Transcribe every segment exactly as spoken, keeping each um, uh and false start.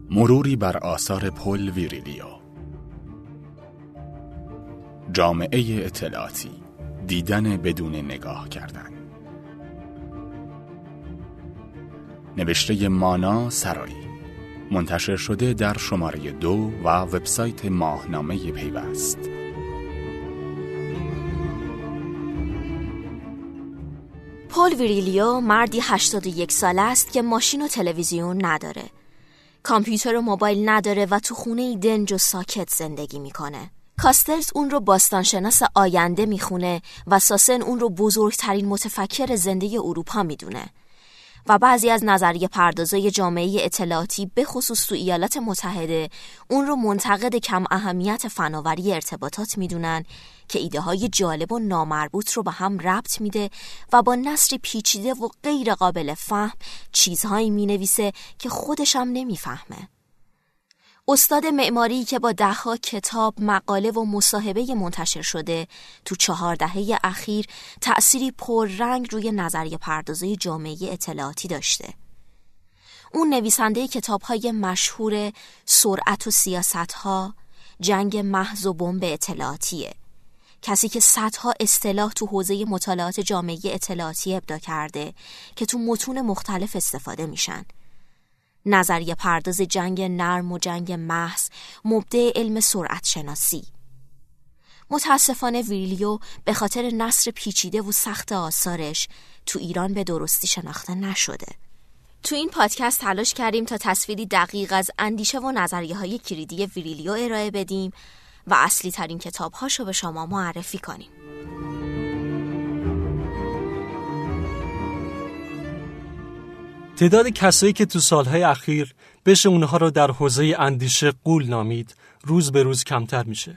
مروری بر آثار پل ویریلیو. جامعه اطلاعاتی، دیدن بدون نگاه کردن. نوشته مانا سرایی، منتشر شده در شماره دو و وبسایت ماهنامه پیوست. پل ویریلیو مردی هشتاد و یک ساله است که ماشین و تلویزیون نداره. کامپیوتر و موبایل نداره و تو خونه دنج و ساکت زندگی میکنه. کاستلز اون رو باستانشناس آینده میخونه و ساسن اون رو بزرگترین متفکر زنده اروپا میدونه. و بعضی از نظریه پردازای جامعه اطلاعاتی به خصوص تو ایالات متحده اون رو منتقد کم اهمیت فناوری ارتباطات میدونن که ایده های جالب و نامربوط رو به هم ربط میده و با نثری پیچیده و غیر قابل فهم چیزهایی مینویسه که خودش هم نمیفهمه. استاد معماری که با دهها کتاب، مقاله و مصاحبه منتشر شده تو چهار دهه اخیر تأثیری پررنگ روی نظریه پردازی جامعه اطلاعاتی داشته. اون نویسنده کتاب‌های مشهور سرعت و سیاست‌ها، جنگ محض و بمب اطلاعاتیه. کسی که صدها اصطلاح تو حوزه مطالعات جامعه اطلاعاتی ابداع کرده که تو متون مختلف استفاده میشن. نظریه پرداز جنگ نرم و جنگ محض، مبدع علم سرعت شناسی. متاسفانه ویریلیو به خاطر نثر پیچیده و سخت آثارش تو ایران به درستی شناخته نشده. تو این پادکست تلاش کردیم تا تصویری دقیق از اندیشه و نظریه های کلیدی ویریلیو ارائه بدیم و اصلی ترین کتاب‌هاشو به شما معرفی کنیم. تعداد کسایی که تو سالهای اخیر بشه اونها رو در حوزه اندیشه غول نامید روز به روز کمتر میشه.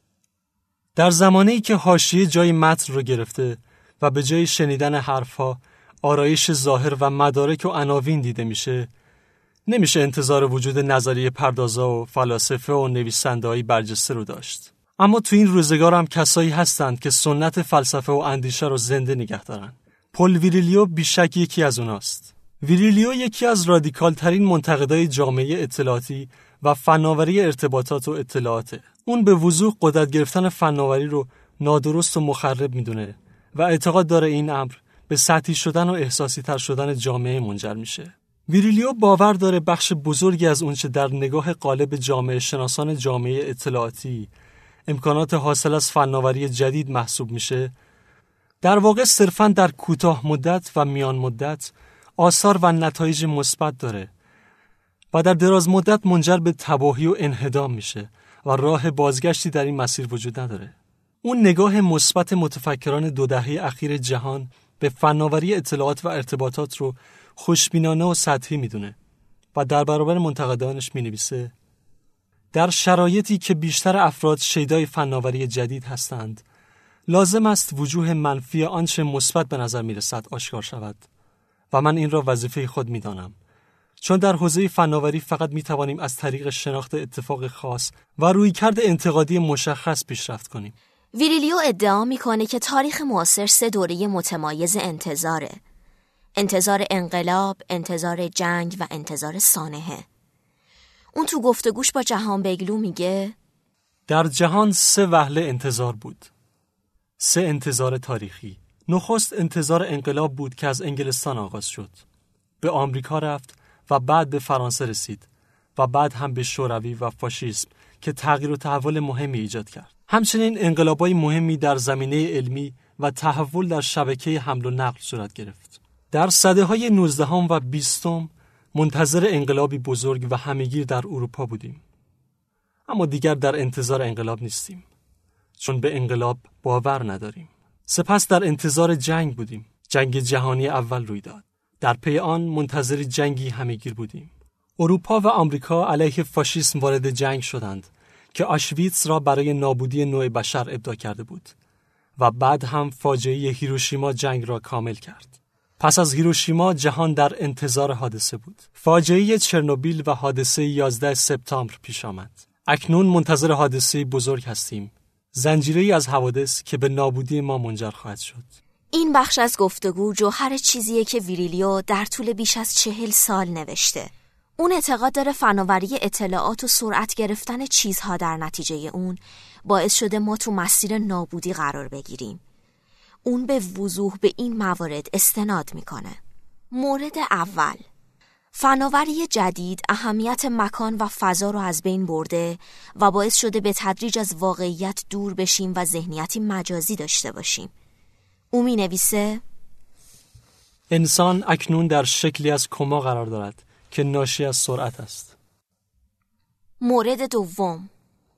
در زمانه‌ای که حاشیه جای متن رو گرفته و به جای شنیدن حرفها آرایش ظاهر و مدارک و عناوین دیده میشه، نمیشه انتظار وجود نظریه پردازا و فلاسفه و نویسنده‌های برجسته رو داشت. اما تو این روزگار هم کسایی هستند که سنت فلسفه و اندیشه رو زنده نگه دارن. پل ویریلیو بیشک یکی از اوناست. ویریلیو یکی از رادیکال ترین منتقدای جامعه اطلاعاتی و فناوری ارتباطات و اطلاعاته. اون به وضوح قدرت گرفتن فناوری رو نادرست و مخرب میدونه و اعتقاد داره این امر به سطحی شدن و احساسی تر شدن جامعه منجر میشه. ویریلیو باور داره بخش بزرگی از اونچه در نگاه غالب جامعه شناسان جامعه اطلاعاتی امکانات حاصل از فناوری جدید محسوب میشه، در واقع صرفاً در کوتاه مدت و میان مدت آثار و نتایج مثبت داره و در دراز مدت منجر به تباهی و انهدام میشه و راه بازگشتی در این مسیر وجود نداره. اون نگاه مثبت متفکران دو دهه اخیر جهان به فناوری اطلاعات و ارتباطات رو خوشبینانه و سطحی میدونه و در برابر منتقدانش مینویسه: در شرایطی که بیشتر افراد شیدای فناوری جدید هستند، لازم است وجوه منفی آنچه مثبت به نظر میرسد آشکار شود و من این را وظیفه خود می‌دانم، چون در حوزه فناوری فقط می‌توانیم از طریق شناخت اتفاق خاص و رویکرد انتقادی مشخص پیشرفت کنیم. ویریلیو ادعا می‌کنه که تاریخ معاصر سه دوره متمایز انتظاره: انتظار انقلاب، انتظار جنگ و انتظار سانحه. اون تو گفتگوش با جهان بگلو میگه در جهان سه وهله انتظار بود، سه انتظار تاریخی. نخست انتظار انقلاب بود که از انگلستان آغاز شد، به آمریکا رفت و بعد به فرانسه رسید و بعد هم به شوروی و فاشیسم که تغییر و تحول مهمی ایجاد کرد. همچنین انقلاب‌های مهمی در زمینه علمی و تحول در شبکه حمل و نقل صورت گرفت. در سده‌های نوزدهم و بیستم منتظر انقلابی بزرگ و همه‌گیر در اروپا بودیم. اما دیگر در انتظار انقلاب نیستیم، چون به انقلاب باور نداریم. سپس در انتظار جنگ بودیم. جنگ جهانی اول روی داد. در پی آن منتظر جنگی همه‌گیر بودیم. اروپا و آمریکا علیه فاشیسم وارد جنگ شدند که آشویتس را برای نابودی نوع بشر ابداع کرده بود و بعد هم فاجعه هیروشیما جنگ را کامل کرد. پس از هیروشیما جهان در انتظار حادثه بود. فاجعه چرنوبیل و حادثه یازده سپتامبر پیش آمد. اکنون منتظر حادثه بزرگ هستیم، زنجیره‌ای از حوادث که به نابودی ما منجر خواهد شد. این بخش از گفتگو جوهر چیزیه که ویریلیو در طول بیش از چهل سال نوشته. اون اعتقاد داره فناوری اطلاعات و سرعت گرفتن چیزها در نتیجه اون باعث شده ما تو مسیر نابودی قرار بگیریم. اون به وضوح به این موارد استناد میکنه. مورد اول، فناوری جدید اهمیت مکان و فضا رو از بین برده و باعث شده به تدریج از واقعیت دور بشیم و ذهنیتی مجازی داشته باشیم. او می نویسه انسان اکنون در شکلی از کما قرار دارد که ناشی از سرعت است. مورد دوم،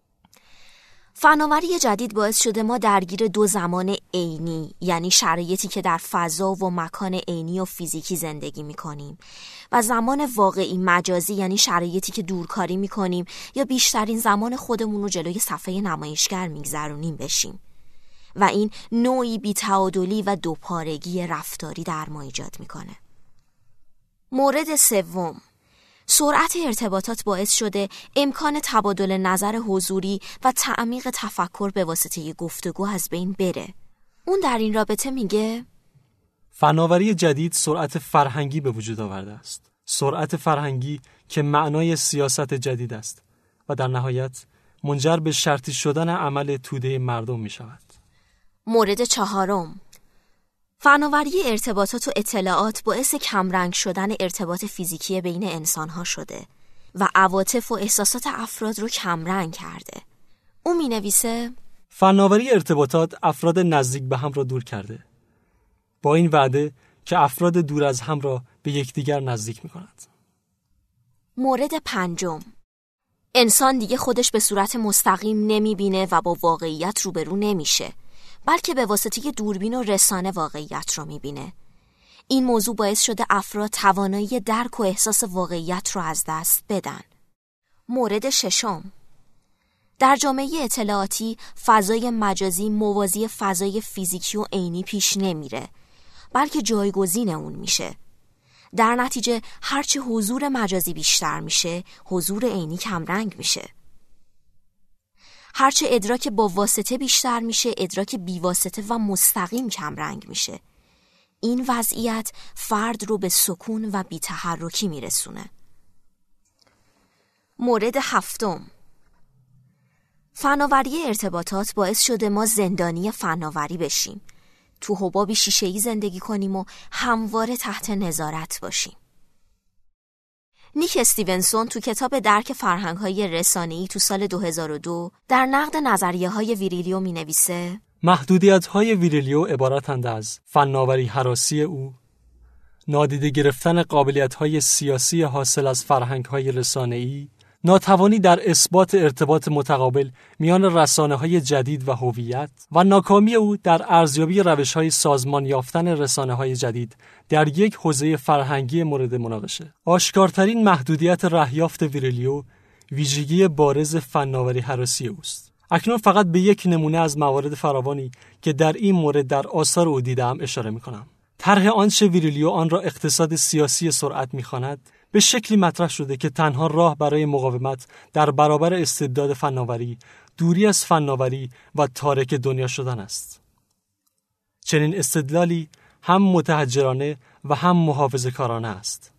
فناوری جدید باعث شده ما درگیر دو زمان عینی، یعنی شرایطی که در فضا و مکان عینی و فیزیکی زندگی می‌کنیم، و زمان واقعی مجازی، یعنی شرایطی که دورکاری می‌کنیم یا بیشترین زمان خودمون رو جلوی صفحه نمایشگر می‌گذرونیم بشیم. و این نوعی بی‌تعادلی و دوپارگی رفتاری در ما ایجاد می‌کنه. مورد سوم، سرعت ارتباطات باعث شده امکان تبادل نظر حضوری و تعمیق تفکر به واسطه گفتگو از بین بره. اون در این رابطه میگه فناوری جدید سرعت فرهنگی به وجود آورده است. سرعت فرهنگی که معنای سیاست جدید است و در نهایت منجر به شرطی شدن عمل توده مردم می شود. مورد چهارم، فناوری ارتباطات و اطلاعات باعث کمرنگ شدن ارتباط فیزیکی بین انسانها شده و عواطف و احساسات افراد رو کمرنگ کرده. او می نویسه فناوری ارتباطات افراد نزدیک به هم را دور کرده، با این وعده که افراد دور از هم را به یکدیگر نزدیک می کند. مورد پنجم، انسان دیگه خودش به صورت مستقیم نمی بینه و با واقعیت روبرو نمیشه، بلکه به واسطه دوربین و رسانه واقعیت رو میبینه. این موضوع باعث شده افراد توانایی درک و احساس واقعیت رو از دست بدن. مورد ششم، در جامعه اطلاعاتی فضای مجازی موازی فضای فیزیکی و عینی پیش نمیره، بلکه جایگزین اون میشه. در نتیجه هرچه حضور مجازی بیشتر میشه، حضور عینی کمرنگ میشه. هرچه ادراک با واسطه بیشتر میشه، ادراک بی واسطه و مستقیم کمرنگ میشه. این وضعیت فرد رو به سکون و بی تحرکی میرسونه. مورد هفتم، فناوری ارتباطات باعث شده ما زندانی فناوری بشیم، تو حبابی شیشه‌ای زندگی کنیم و همواره تحت نظارت باشیم. نیک استیونسون تو کتاب درک فرهنگ‌های رسانه‌ای تو سال دو هزار و دو در نقد نظریه‌های ویریلیو می‌نویسه محدودیت‌های ویریلیو عبارتند از فناوری هراسی او، نادیده گرفتن قابلیت‌های سیاسی حاصل از فرهنگ‌های رسانه‌ای، ناتوانی در اثبات ارتباط متقابل میان رسانه‌های جدید و هویت و ناکامی او در ارزیابی روش‌های سازمان یافتن رسانه‌های جدید در یک حوزه فرهنگی مورد مناقشه. آشکارترین محدودیت رهیافت ویریلیو ویژگی بارز فناوری هراسی اوست. اکنون فقط به یک نمونه از موارد فراوانی که در این مورد در آثار او دیدم اشاره می‌کنم. طرح آنچه ویریلیو آن را اقتصاد سیاسی سرعت می‌خواند به شکلی مطرح شده که تنها راه برای مقاومت در برابر استبداد فناوری دوری از فناوری و تارک دنیا شدن است. چنین استدلالی هم متحجرانه و هم محافظه‌کارانه است.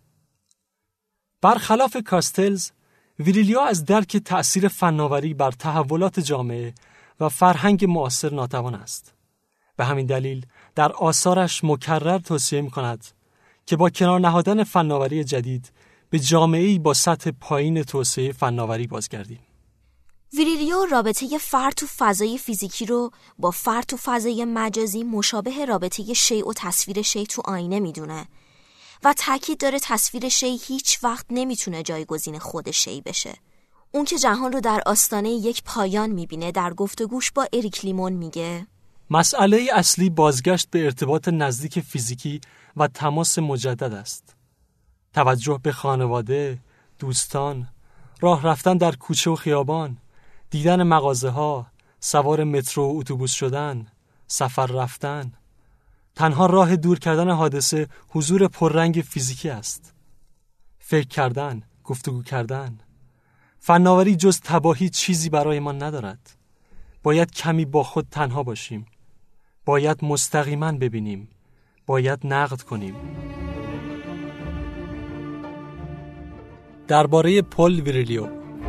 برخلاف کاستلز، ویریلیو از درک تأثیر فناوری بر تحولات جامعه و فرهنگ معاصر ناتوان است. به همین دلیل در آثارش مکرر توصیه می‌کند که با کنار نهادن فناوری جدید به جامعه‌ای با سطح پایین توسعه فناوری بازگردیم. ویریلیو رابطه فرد تو فضای فیزیکی رو با فرد تو فضای مجازی مشابه رابطه شیء و تصویر شیء تو آینه میدونه و تاکید داره تصویر شیء هیچ وقت نمیتونه جایگزین خود شیء بشه. اون که جهان رو در آستانه یک پایان میبینه در گفتگوش با اریک لیمون میگه مسئله اصلی بازگشت به ارتباط نزدیک فیزیکی و تماس مجدد است. توجه به خانواده، دوستان، راه رفتن در کوچه و خیابان، دیدن مغازه‌ها، سوار مترو و اتوبوس شدن، سفر رفتن. تنها راه دور کردن حادثه حضور پررنگ فیزیکی است. فکر کردن، گفتگو کردن. فناوری جز تباهی چیزی برای ما ندارد. باید کمی با خود تنها باشیم. باید مستقیما ببینیم. باید نقد کنیم. درباره پل ویریلیو.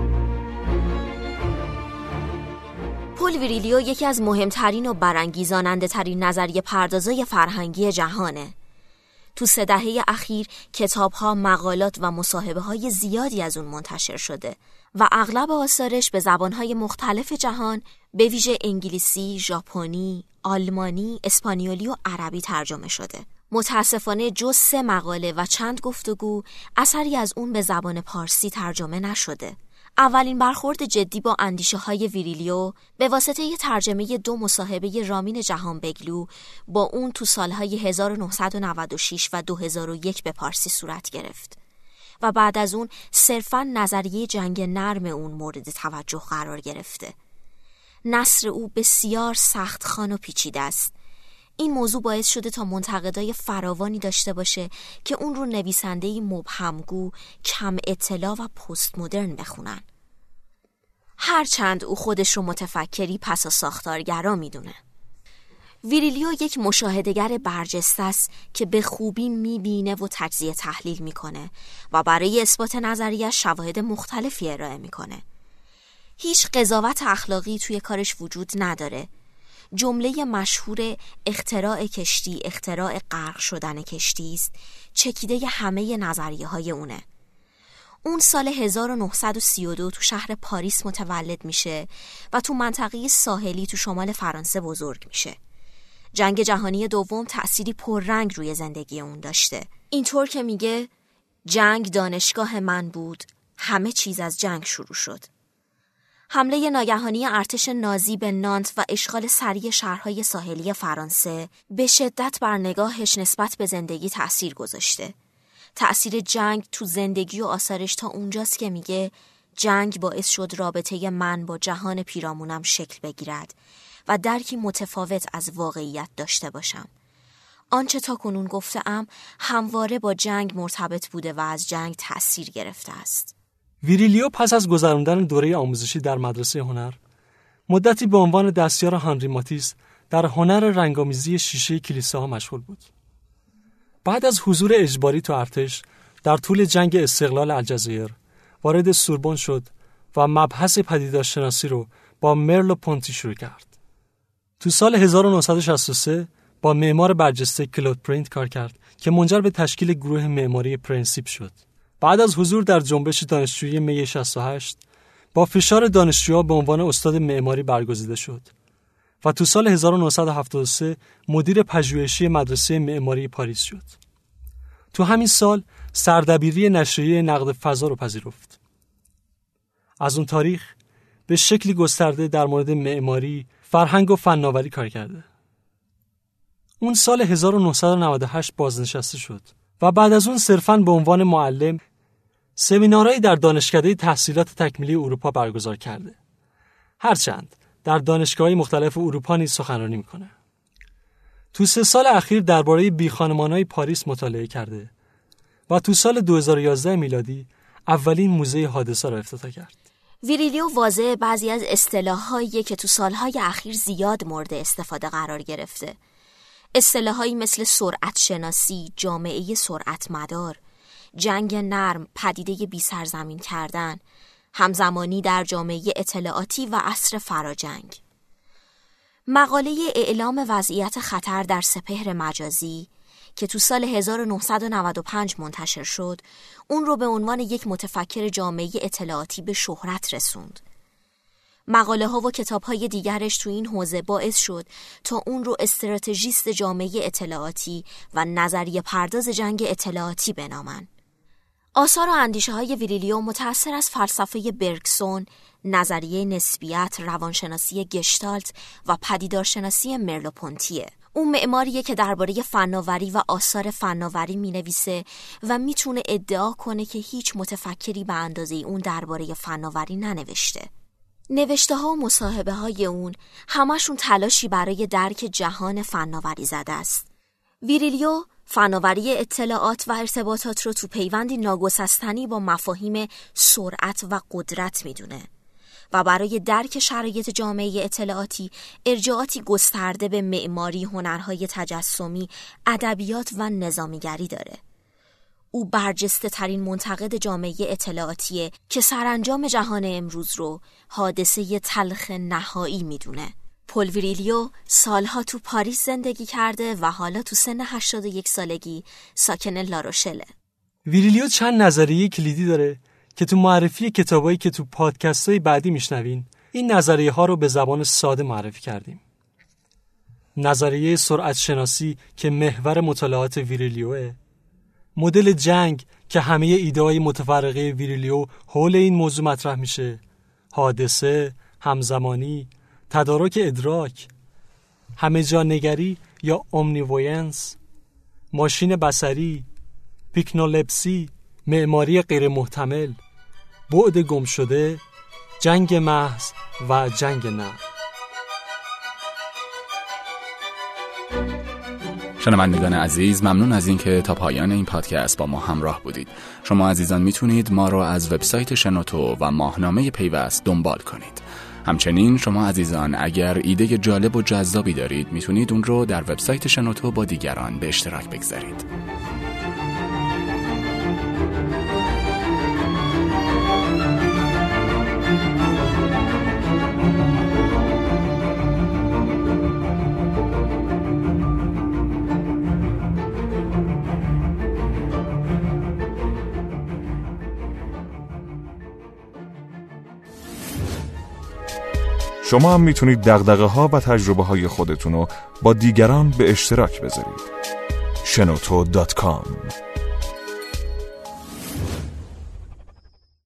پل ویریلیو یکی از مهمترین و برانگیزاننده ترین نظریه پردازای فرهنگی جهانه. تو سه دهه اخیر کتاب‌ها، مقالات و مصاحبه‌های زیادی از اون منتشر شده و اغلب آثارش به زبان‌های مختلف جهان به ویژه انگلیسی، ژاپنی، آلمانی، اسپانیولی و عربی ترجمه شده. متاسفانه جز سه مقاله و چند گفتگو اثری از اون به زبان پارسی ترجمه نشده. اولین برخورد جدی با اندیشه های ویریلیو به واسطه ی ترجمه دو مصاحبه رامین جهانبگلو با اون تو سالهای هزار و نهصد و نود و شش و دو هزار و یک به پارسی صورت گرفت و بعد از اون صرفاً نظریه جنگ نرم اون مورد توجه قرار گرفته. نثر او بسیار سخت‌خوان و پیچیده است. این موضوع باعث شده تا منتقدای فراوانی داشته باشه که اون رو نویسنده‌ای مبهمگو، کم اطلاع و پست مدرن بخونن. هرچند او خودش رو متفکری پس از ساختارگرا میدونه. ویریلیو یک مشاهده‌گر برجسته است که به خوبی میبینه و تجزیه تحلیل میکنه و برای اثبات نظریه‌اش شواهد مختلفی ارائه میکنه. هیچ قضاوت اخلاقی توی کارش وجود نداره. جمله مشهور اختراع کشتی اختراع غرق شدن کشتی است چکیده همه نظریه های اونه. اون سال هزار و نهصد و سی و دو تو شهر پاریس متولد میشه و تو منطقه ساحلی تو شمال فرانسه بزرگ میشه. جنگ جهانی دوم تأثیری پررنگ روی زندگی اون داشته. اینطور که میگه جنگ دانشگاه من بود، همه چیز از جنگ شروع شد. حمله ناگهانی ارتش نازی به نانت و اشغال سریع شهرهای ساحلی فرانسه به شدت بر نگاهش نسبت به زندگی تأثیر گذاشته. تأثیر جنگ تو زندگی و آثارش تا اونجاست که میگه جنگ باعث شد رابطه من با جهان پیرامونم شکل بگیرد و درکی متفاوت از واقعیت داشته باشم. آنچه تا کنون گفته‌ام همواره با جنگ مرتبط بوده و از جنگ تأثیر گرفته است. ویریلیو پس از گذراندن دوره آموزشی در مدرسه هنر، مدتی به عنوان دستیار هانری ماتیس در هنر رنگامیزی شیشه کلیساها مشغول بود. بعد از حضور اجباری تو ارتش در طول جنگ استقلال الجزایر وارد سوربن شد و مبحث پدیدارشناسی رو با مرلو پونتی شروع کرد. تو سال هزار و نهصد و شصت و سه با معمار برجسته کلود پرینت کار کرد که منجر به تشکیل گروه معماری پرنسیپ شد. بعد از حضور در جنبش دانشجویی می شصت و هشت با فشار دانشجوها به عنوان استاد معماری برگزیده شد و تو سال هزار و نهصد و هفتاد و سه مدیر پژوهشی مدرسه معماری پاریس شد. تو همین سال سردبیری نشریه نقد فضا رو پذیرفت. از اون تاریخ به شکلی گسترده در مورد معماری، فرهنگ و فناوری کار کرده. اون سال هزار و نهصد و نود و هشت بازنشسته شد و بعد از اون صرفاً به عنوان معلم سمینارهایی در دانشکده تحصیلات تکمیلی اروپا برگزار کرده. هرچند در دانشگاه‌های مختلف اروپا نیز سخنرانی میکنه. تو سه سال اخیر درباره بیخانمان‌های پاریس مطالعه کرده و تو سال دو هزار و یازده میلادی اولین موزه حادثه را افتتاح کرد. ویریلیو واضح بعضی از اصطلاح‌هایی که تو سالهای اخیر زیاد مورد استفاده قرار گرفته. اصطلاحایی مثل سرعت شناسی، جامعه سرعت مدار، جنگ نرم، پدیده بی سرزمین کردن، همزمانی در جامعه اطلاعاتی و عصر فراجنگ. مقاله اعلام وضعیت خطر در سپهر مجازی که تو سال هزار و نهصد و نود و پنج منتشر شد، اون رو به عنوان یک متفکر جامعه اطلاعاتی به شهرت رسوند. مقاله ها و کتاب های دیگرش تو این حوزه باعث شد تا اون رو استراتژیست جامعه اطلاعاتی و نظریه پرداز جنگ اطلاعاتی بنامن. آثار و اندیشه های ویریلیو متأثر از فلسفه برگسون، نظریه نسبیت، روانشناسی گشتالت و پدیدارشناسی مرلو پونتیه. اون معماریه که درباره فناوری و آثار فناوری مینویسه و میتونه ادعا کنه که هیچ متفکری به اندازه اون درباره فناوری ننوشته. نوشته ها و مصاحبه های اون همشون تلاشی برای درک جهان فناوری زده است. ویریلیو فناوری اطلاعات و ارتباطات رو تو پیوندی ناگسستنی با مفاهیم سرعت و قدرت میدونه و برای درک شرایط جامعه اطلاعاتی ارجاعاتی گسترده به معماری، هنرهای تجسمی، ادبیات و نظامیگری داره. او برجسته ترین منتقد جامعه اطلاعاتیه که سرانجام جهان امروز رو حادثه تلخ نهایی میدونه. پل ویریلیو سالها تو پاریس زندگی کرده و حالا تو سن هشتاد و یک سالگی ساکن لاروشله. ویریلیو چند نظریه کلیدی داره که تو معرفی کتابایی که تو پادکست‌های بعدی میشنوین این نظریه ها رو به زبان ساده معرفی کردیم. نظریه سرعت شناسی که محور مطالعات ویریلیوه، مدل جنگ که همه ایده‌های متفرقه ویریلیو حول این موضوع مطرح میشه، حادثه، همزمانی، تدارک ادراک، همه جا نگری یا اومنیوینس، ماشین بصری، پیکنولپسی، معماری غیر محتمل، بعد گم شده، جنگ محض و جنگ نه. شنوندگان عزیز، ممنون از اینکه تا پایان این پادکست با ما همراه بودید. شما عزیزان میتونید ما رو از وبسایت شنوتو و ماهنامه پیوست دنبال کنید. همچنین شما عزیزان اگر ایده جالب و جذابی دارید میتونید اون رو در وبسایت شنوتو با دیگران به اشتراک بگذارید. شما هم میتونید دغدغه ها و تجربه های خودتون رو با دیگران به اشتراک بذارید. شنوتو دات کام